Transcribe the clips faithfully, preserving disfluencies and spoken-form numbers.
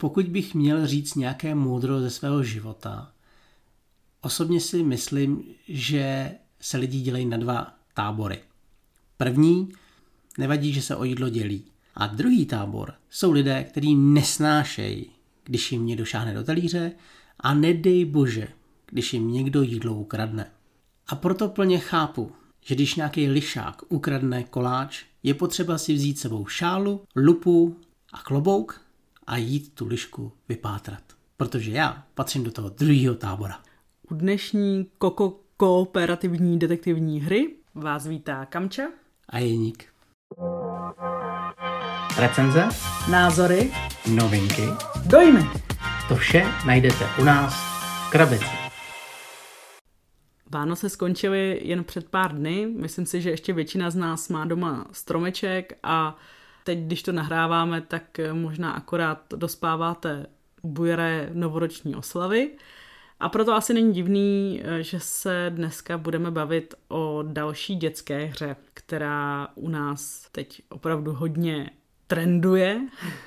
Pokud bych měl říct nějaké moudro ze svého života, osobně si myslím, že se lidi dělají na dva tábory. První, nevadí, že se o jídlo dělí. A druhý tábor jsou lidé, kteří nesnášejí, když jim někdo šáhne do talíře a nedej bože, když jim někdo jídlo ukradne. A proto plně chápu, že když nějaký lišák ukradne koláč, je potřeba si vzít sebou šálu, lupu a klobouk a jít tu lišku vypátrat. Protože já patřím do toho druhého tábora. U dnešní koko kooperativní detektivní hry vás vítá Kamča A Jeník. Recenze, názory, novinky, dojmy. To vše najdete u nás v krabici. Vánoce skončily jen před pár dny. Myslím si, že ještě většina z nás má doma stromeček a teď, když to nahráváme, tak možná akorát dospáváte bujaré novoroční oslavy. A proto asi není divný, že se dneska budeme bavit o další dětské hře, která u nás teď opravdu hodně trenduje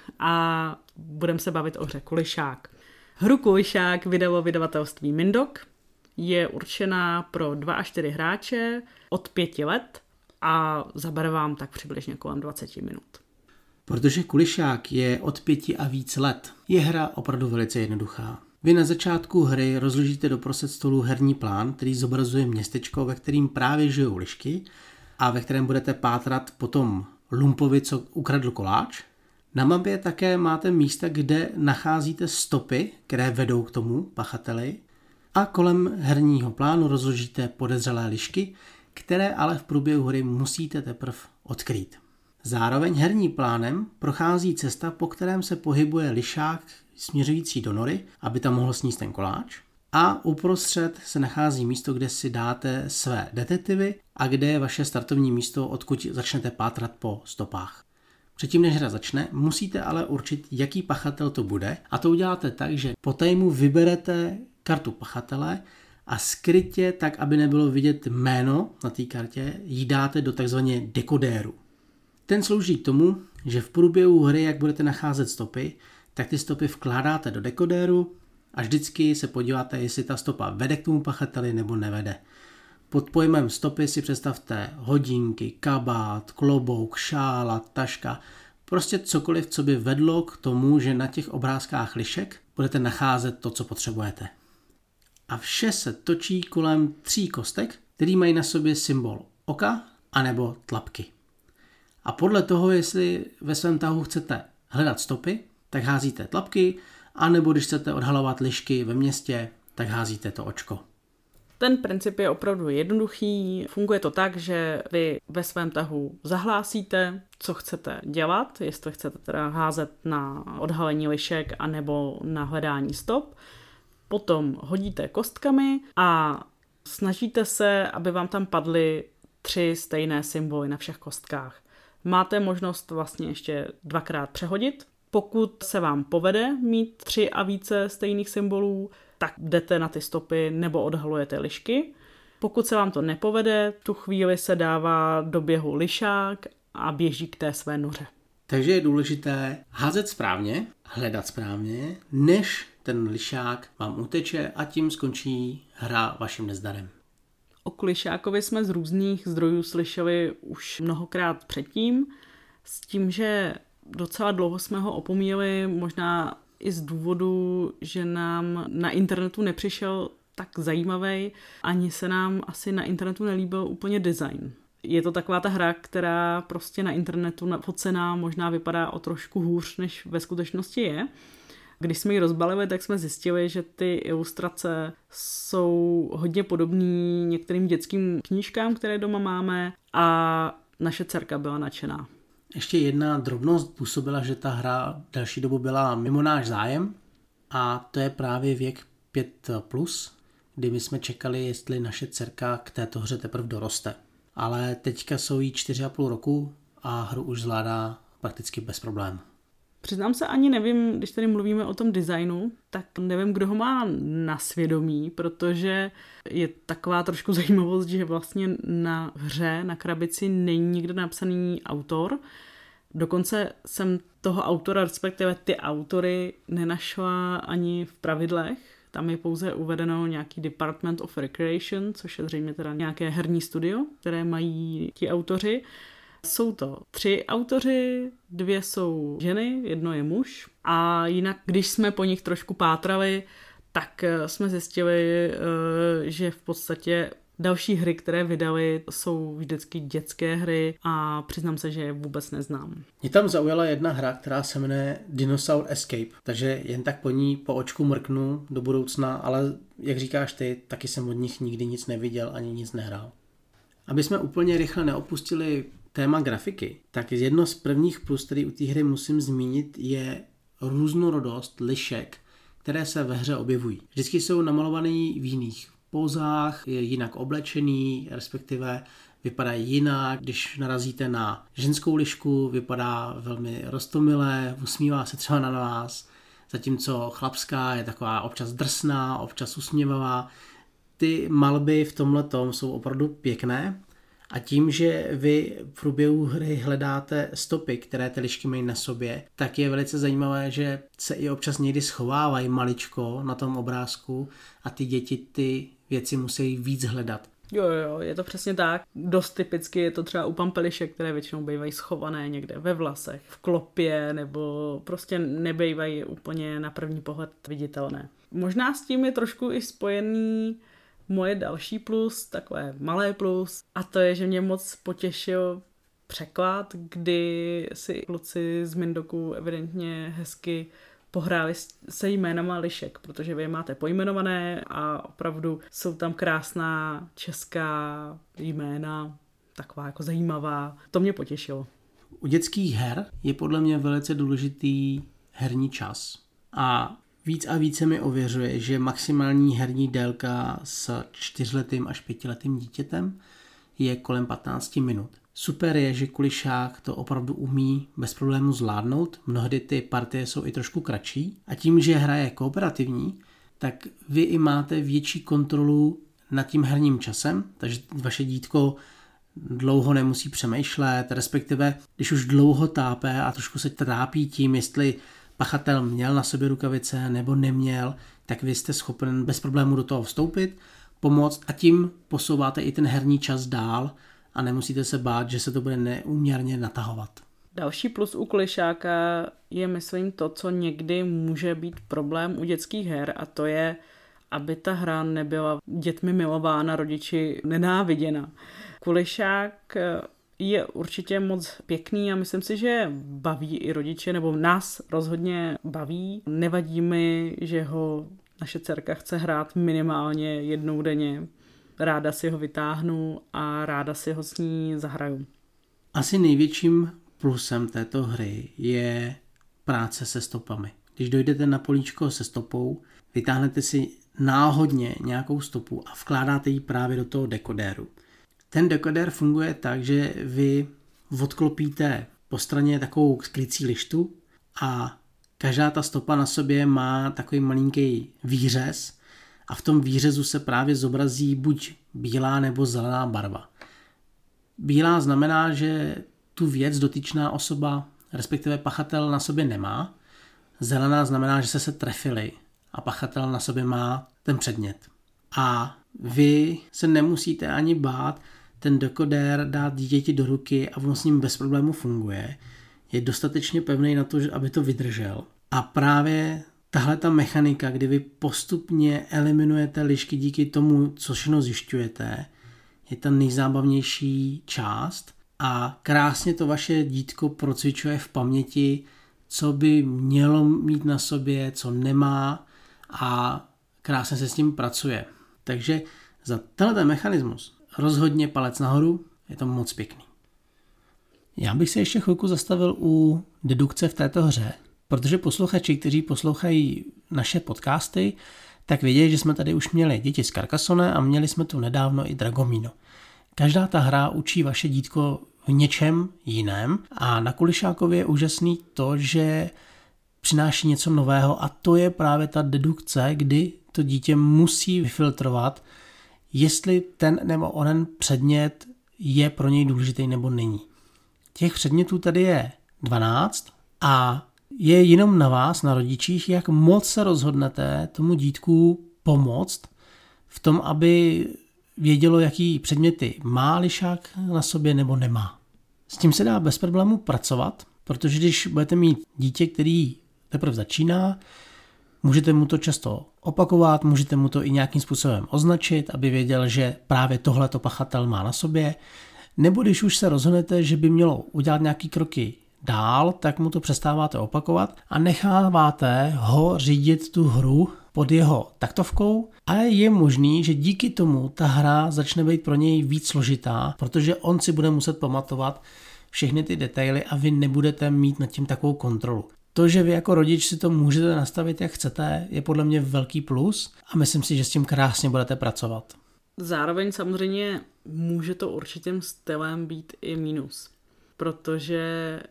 a budeme se bavit o hře Kulišák. Hru Kulišák vydalo vydavatelství Mindok, je určená pro dva až čtyři hráče od pěti let a zabere vám tak přibližně kolem dvacet minut. Protože Kulišák je od pěti a víc let, je hra opravdu velice jednoduchá. Vy na začátku hry rozložíte doprostřed stolu herní plán, který zobrazuje městečko, ve kterém právě žijou lišky a ve kterém budete pátrat potom lumpovi, co ukradl koláč. Na mapě také máte místa, kde nacházíte stopy, které vedou k tomu pachateli a kolem herního plánu rozložíte podezřelé lišky, které ale v průběhu hry musíte teprve odkrýt. Zároveň herním plánem prochází cesta, po kterém se pohybuje lišák směřující do nory, aby tam mohl sníst ten koláč. A uprostřed se nachází místo, kde si dáte své detektivy a kde je vaše startovní místo, odkud začnete pátrat po stopách. Předtím, než hra začne, musíte ale určit, jaký pachatel to bude a to uděláte tak, že po tajmu vyberete kartu pachatele a skrytě, tak aby nebylo vidět jméno na té kartě, ji dáte do takzvaně dekodéru. Ten slouží k tomu, že v průběhu hry, jak budete nacházet stopy, tak ty stopy vkládáte do dekodéru a vždycky se podíváte, jestli ta stopa vede k tomu pachateli nebo nevede. Pod pojmem stopy si představte hodinky, kabát, klobouk, šála, taška, prostě cokoliv, co by vedlo k tomu, že na těch obrázkách lišek budete nacházet to, co potřebujete. A vše se točí kolem tří kostek, který mají na sobě symbol oka anebo tlapky. A podle toho, jestli ve svém tahu chcete hledat stopy, tak házíte tlapky, anebo když chcete odhalovat lišky ve městě, tak házíte to očko. Ten princip je opravdu jednoduchý. Funguje to tak, že vy ve svém tahu zahlásíte, co chcete dělat, jestli chcete teda házet na odhalení lišek anebo na hledání stop. Potom hodíte kostkami a snažíte se, aby vám tam padly tři stejné symboly na všech kostkách. Máte možnost vlastně ještě dvakrát přehodit. Pokud se vám povede mít tři a více stejných symbolů, tak jdete na ty stopy nebo odhalujete lišky. Pokud se vám to nepovede, tu chvíli se dává do běhu lišák a běží k té své noře. Takže je důležité házet správně, hledat správně, než ten lišák vám uteče a tím skončí hra vaším nezdarem. O Kulišákovi jsme z různých zdrojů slyšeli už mnohokrát předtím, s tím, že docela dlouho jsme ho opomíjeli, možná i z důvodu, že nám na internetu nepřišel tak zajímavý, ani se nám asi na internetu nelíbil úplně design. Je to taková ta hra, která prostě na internetu focená možná vypadá o trošku hůř, než ve skutečnosti je. Když jsme ji rozbalili, tak jsme zjistili, že ty ilustrace jsou hodně podobný některým dětským knížkám, které doma máme a naše dcerka byla nadšená. Ještě jedna drobnost působila, že ta hra další dobu byla mimo náš zájem a to je právě věk pět plus, kdy my jsme čekali, jestli naše dcerka k této hře teprve doroste. Ale teďka jsou jí čtyři a půl roku a hru už zvládá prakticky bez problémů. Přiznám se, ani nevím, když tady mluvíme o tom designu, tak nevím, kdo ho má na svědomí, protože je taková trošku zajímavost, že vlastně na hře, na krabici není nikde napsaný autor. Dokonce jsem toho autora, respektive ty autory, nenašla ani v pravidlech. Tam je pouze uvedeno nějaký Department of Recreation, což je zřejmě teda nějaké herní studio, které mají ti autoři. Jsou to tři autoři, dvě jsou ženy, jedno je muž. A jinak, když jsme po nich trošku pátrali, tak jsme zjistili, že v podstatě další hry, které vydali, jsou vždycky dětské hry a přiznám se, že je vůbec neznám. Mě tam zaujala jedna hra, která se jmenuje Dinosaur Escape, takže jen tak po ní po očku mrknu do budoucna, ale jak říkáš ty, taky jsem od nich nikdy nic neviděl ani nic nehrál. Aby jsme úplně rychle neopustili téma grafiky, tak jedno z prvních plus, který u té hry musím zmínit, je různorodost lišek, které se ve hře objevují. Vždycky jsou namalovaný v jiných pózách, je jinak oblečený, respektive vypadají jinak. Když narazíte na ženskou lišku, vypadá velmi roztomilé, usmívá se třeba na vás, zatímco chlapská je taková občas drsná, občas usměvavá. Ty malby v tomhletom jsou opravdu pěkné a tím, že vy v průběhu hry hledáte stopy, které ty lišky mají na sobě, tak je velice zajímavé, že se i občas někdy schovávají maličko na tom obrázku a ty děti ty věci musí víc hledat. Jo, jo, je to přesně tak. Dost typicky je to třeba u pampelišek, které většinou bývají schované někde ve vlasech, v klopě, nebo prostě nebývají úplně na první pohled viditelné. Možná s tím je trošku i spojený moje další plus, takové malé plus, a to je, že mě moc potěšil překlad, kdy si kluci z Mindoku evidentně hezky pohráli se jménama lišek, protože vy je máte pojmenované a opravdu jsou tam krásná česká jména, taková jako zajímavá. To mě potěšilo. U dětských her je podle mě velice důležitý herní čas. A víc a více mi ověřuje, že maximální herní délka s čtyřletým až pětiletým dítětem je kolem patnáct minut. Super je, že kulišák to opravdu umí bez problému zvládnout, mnohdy ty partie jsou i trošku kratší a tím, že hra je kooperativní, tak vy i máte větší kontrolu nad tím herním časem, takže vaše dítko dlouho nemusí přemýšlet, respektive když už dlouho tápe a trošku se trápí tím, jestli pachatel měl na sobě rukavice nebo neměl, tak vy jste schopen bez problému do toho vstoupit, pomoct a tím posouváte i ten herní čas dál a nemusíte se bát, že se to bude neúměrně natahovat. Další plus u kulišáka je, myslím, to, co někdy může být problém u dětských her, a to je, aby ta hra nebyla dětmi milována, rodiči nenáviděna. Kulišák je určitě moc pěkný a myslím si, že baví i rodiče, nebo nás rozhodně baví. Nevadí mi, že ho naše dcerka chce hrát minimálně jednou denně. Ráda si ho vytáhnu a ráda si ho s ní zahraju. Asi největším plusem této hry je práce se stopami. Když dojdete na políčko se stopou, vytáhnete si náhodně nějakou stopu a vkládáte ji právě do toho dekodéru. Ten dekodér funguje tak, že vy odklopíte po straně takovou skrycí lištu a každá ta stopa na sobě má takový malinký výřez a v tom výřezu se právě zobrazí buď bílá nebo zelená barva. Bílá znamená, že tu věc dotyčná osoba, respektive pachatel na sobě nemá. Zelená znamená, že se se trefili a pachatel na sobě má ten předmět. A vy se nemusíte ani bát ten dekodér dát dítěti do ruky a on s ním bez problému funguje. Je dostatečně pevný na to, aby to vydržel. A právě tahle ta mechanika, kdy vy postupně eliminujete lišky díky tomu, co všechno zjišťujete, je ta nejzábavnější část a krásně to vaše dítko procvičuje v paměti, co by mělo mít na sobě, co nemá a krásně se s tím pracuje. Takže za tenhle mechanismus rozhodně palec nahoru, je to moc pěkný. Já bych se ještě chvilku zastavil u dedukce v této hře, protože posluchači, kteří poslouchají naše podcasty, tak vědí, že jsme tady už měli děti z Carcassonne a měli jsme tu nedávno i Dragomino. Každá ta hra učí vaše dítko v něčem jiném a na Kulišákově je úžasný to, že přináší něco nového a to je právě ta dedukce, kdy to dítě musí vyfiltrovat, jestli ten nebo onen předmět je pro něj důležitý nebo není. Těch předmětů tady je dvanáct A je jenom na vás, na rodičích, jak moc se rozhodnete tomu dítku pomoct v tom, aby vědělo, jaký předměty má lišák na sobě nebo nemá. S tím se dá bez problémů pracovat, protože když budete mít dítě, který teprve začíná, můžete mu to často opakovat, můžete mu to i nějakým způsobem označit, aby věděl, že právě tohleto pachatel má na sobě. Nebo když už se rozhodnete, že by mělo udělat nějaký kroky dál, tak mu to přestáváte opakovat a necháváte ho řídit tu hru pod jeho taktovkou a je možný, že díky tomu ta hra začne být pro něj víc složitá, protože on si bude muset pamatovat všechny ty detaily a vy nebudete mít nad tím takovou kontrolu. To, že vy jako rodič si to můžete nastavit, jak chcete, je podle mě velký plus a myslím si, že s tím krásně budete pracovat. Zároveň samozřejmě může to určitým stylem být i mínus, protože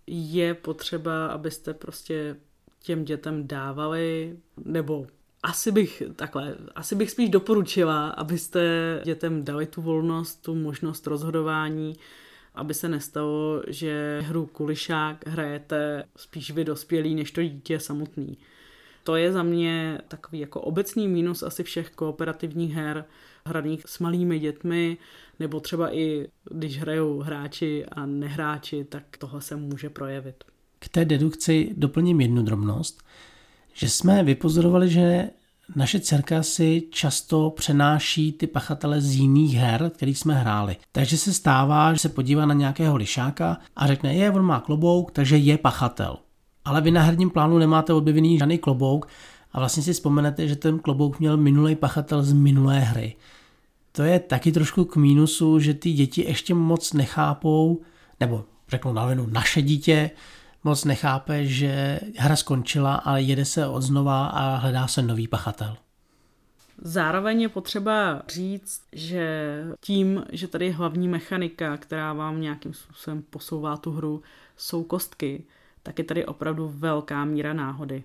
je potřeba, abyste prostě těm dětem dávali, nebo asi bych takhle, asi bych spíš doporučila, abyste dětem dali tu volnost, tu možnost rozhodování, aby se nestalo, že hru kulišák hrajete spíš vy dospělí, než to dítě samotný. To je za mě takový jako obecný mínus asi všech kooperativních her, hraných s malými dětmi, nebo třeba i když hrajou hráči a nehráči, tak tohle se může projevit. K té dedukci doplním jednu drobnost, že jsme vypozorovali, že naše dcerka si často přenáší ty pachatele z jiných her, kterých jsme hráli. Takže se stává, že se podívá na nějakého lišáka a řekne, je, on má klobouk, takže je pachatel. Ale vy na herním plánu nemáte objevený žádný klobouk a vlastně si vzpomenete, že ten klobouk měl minulý pachatel z minulé hry. To je taky trošku k mínusu, že ty děti ještě moc nechápou, nebo řeknu na rovinu, naše dítě moc nechápe, že hra skončila, ale jede se odznova a hledá se nový pachatel. Zároveň je potřeba říct, že tím, že tady je hlavní mechanika, která vám nějakým způsobem posouvá tu hru, jsou kostky, tak je tady opravdu velká míra náhody.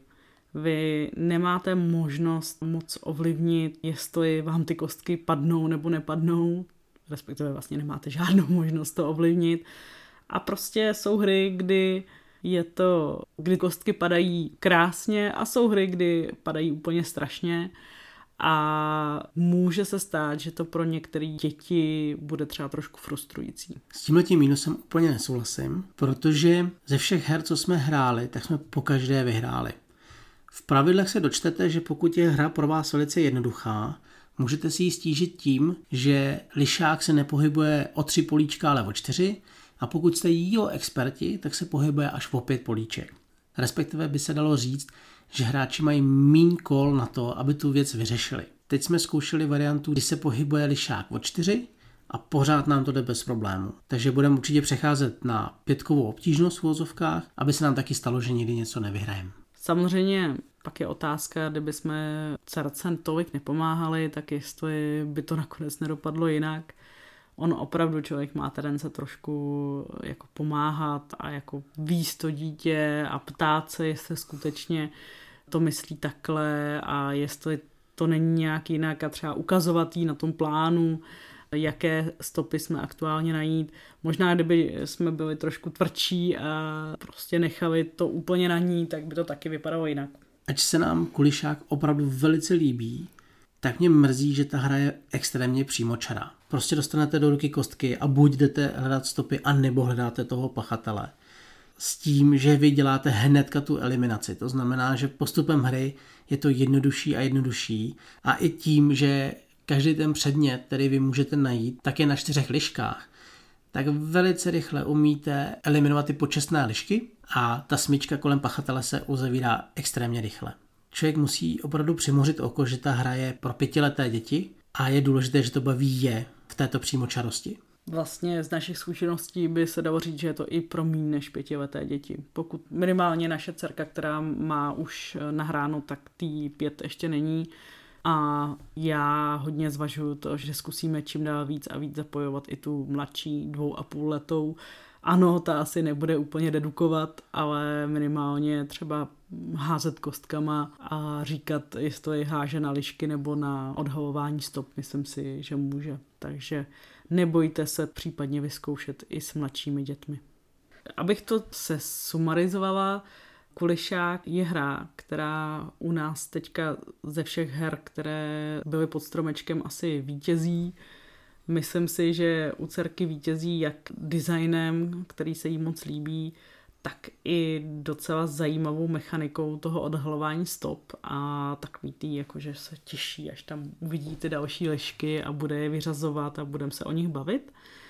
Vy nemáte možnost moc ovlivnit, jestli vám ty kostky padnou nebo nepadnou, respektive vlastně nemáte žádnou možnost to ovlivnit. A prostě jsou hry, kdy je to, kdy kostky padají krásně a jsou hry, kdy padají úplně strašně a může se stát, že to pro některé děti bude třeba trošku frustrující. S tímhletím mínusem úplně nesouhlasím, protože ze všech her, co jsme hráli, tak jsme pokaždé vyhráli. V pravidlech se dočtete, že pokud je hra pro vás velice jednoduchá, můžete si ji stížit tím, že lišák se nepohybuje o tři políčka, ale o čtyři, a pokud jste jího experti, tak se pohybuje až o pět políček. Respektive by se dalo říct, že hráči mají míň kol na to, aby tu věc vyřešili. Teď jsme zkoušeli variantu, kdy se pohybuje lišák o čtyři a pořád nám to jde bez problému. Takže budeme určitě přecházet na pětkovou obtížnost v uvozovkách, aby se nám taky stalo, že nikdy něco nevyhrajeme. Samozřejmě pak je otázka, kdyby jsme dcerce tolik nepomáhali, tak jestli by to nakonec nedopadlo jinak. On opravdu, člověk má tendence trošku jako pomáhat a jako víc to dítě a ptát se, jestli skutečně to myslí takhle a jestli to není nějak jinak a třeba ukazovat jí na tom plánu, jaké stopy jsme aktuálně najít. Možná, kdyby jsme byli trošku tvrdší a prostě nechali to úplně na ní, tak by to taky vypadalo jinak. Ač se nám kulišák opravdu velice líbí, tak mě mrzí, že ta hra je extrémně přímočará. Prostě dostanete do ruky kostky a buď jdete hledat stopy, anebo hledáte toho pachatele. S tím, že vy děláte hnedka tu eliminaci. To znamená, že postupem hry je to jednodušší a jednodušší. A i tím, že každý ten předmět, který vy můžete najít, tak je na čtyřech liškách, tak velice rychle umíte eliminovat ty počestné lišky a ta smyčka kolem pachatele se uzavírá extrémně rychle. Člověk musí opravdu přimořit oko, že ta hra je pro pětileté děti a je důležité, že to baví je v této přímočarosti. Vlastně z našich zkušeností by se dalo říct, že je to i pro méně než pětileté děti. Pokud minimálně naše dcerka, která má už nahráno, tak tý pět ještě není. A já hodně zvažuju to, že zkusíme čím dál víc a víc zapojovat i tu mladší dvou a půl letou. Ano, ta asi nebude úplně dedukovat, ale minimálně třeba házet kostkama a říkat, jestli háže na lišky nebo na odhalování stop, myslím si, že může. Takže nebojte se případně vyzkoušet i s mladšími dětmi. abych to se sumarizovala, Kulišák je hra, která u nás teďka ze všech her, které byly pod stromečkem, asi vítězí. Myslím si, že u dcerky vítězí jak designem, který se jí moc líbí, tak i docela zajímavou mechanikou toho odhalování stop a takový tý, jakože se těší, až tam uvidí ty další lišky a bude je vyřazovat a budeme se o nich bavit.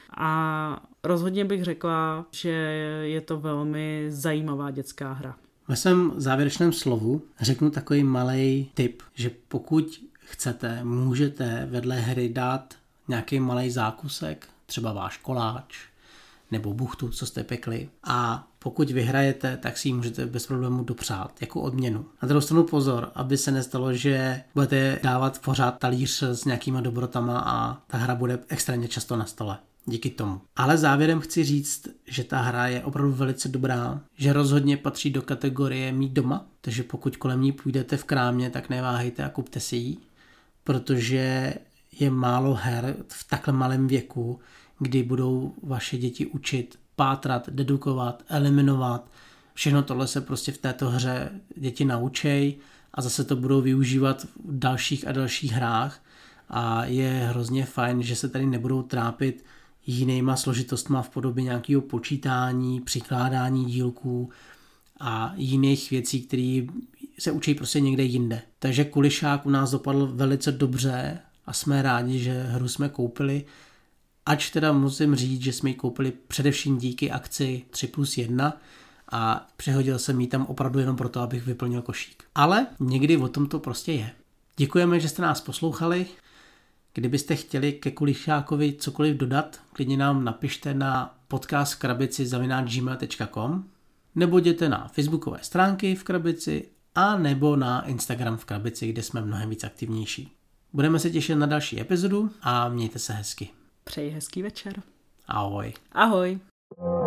A rozhodně bych řekla, že je to velmi zajímavá dětská hra. Ve svém závěrečném slovu řeknu takový malej tip, že pokud chcete, můžete vedle hry dát nějaký malej zákusek, třeba váš koláč nebo buchtu, co jste pekli, a pokud vyhrajete, tak si ji můžete bez problému dopřát jako odměnu. Na druhou stranu pozor, aby se nestalo, že budete dávat pořád talíř s nějakýma dobrotama a ta hra bude extrémně často na stole. Díky tomu. Ale závěrem chci říct, že ta hra je opravdu velice dobrá, že rozhodně patří do kategorie mít doma, takže pokud kolem ní půjdete v krámě, tak neváhejte a kupte si ji, protože je málo her v takhle malém věku, kdy budou vaše děti učit pátrat, dedukovat, eliminovat. Všechno tohle se prostě v této hře děti naučej a zase to budou využívat v dalších a dalších hrách a je hrozně fajn, že se tady nebudou trápit jinýma složitostma v podobě nějakého počítání, přikládání dílků a jiných věcí, které se učí prostě někde jinde. Takže Kulišák u nás dopadl velice dobře a jsme rádi, že hru jsme koupili, ač teda musím říct, že jsme ji koupili především díky akci tři plus jedna a přehodil jsem ji tam opravdu jenom proto, abych vyplnil košík. Ale někdy o tom to prostě je. Děkujeme, že jste nás poslouchali. Kdybyste chtěli ke Kulišákovi cokoliv dodat, klidně nám napište na podcast v krabici zavináč gmail tečka com nebo jděte na facebookové stránky v krabici a nebo na Instagram v krabici, kde jsme mnohem víc aktivnější. Budeme se těšit na další epizodu a mějte se hezky. Přeji hezký večer. Ahoj. Ahoj.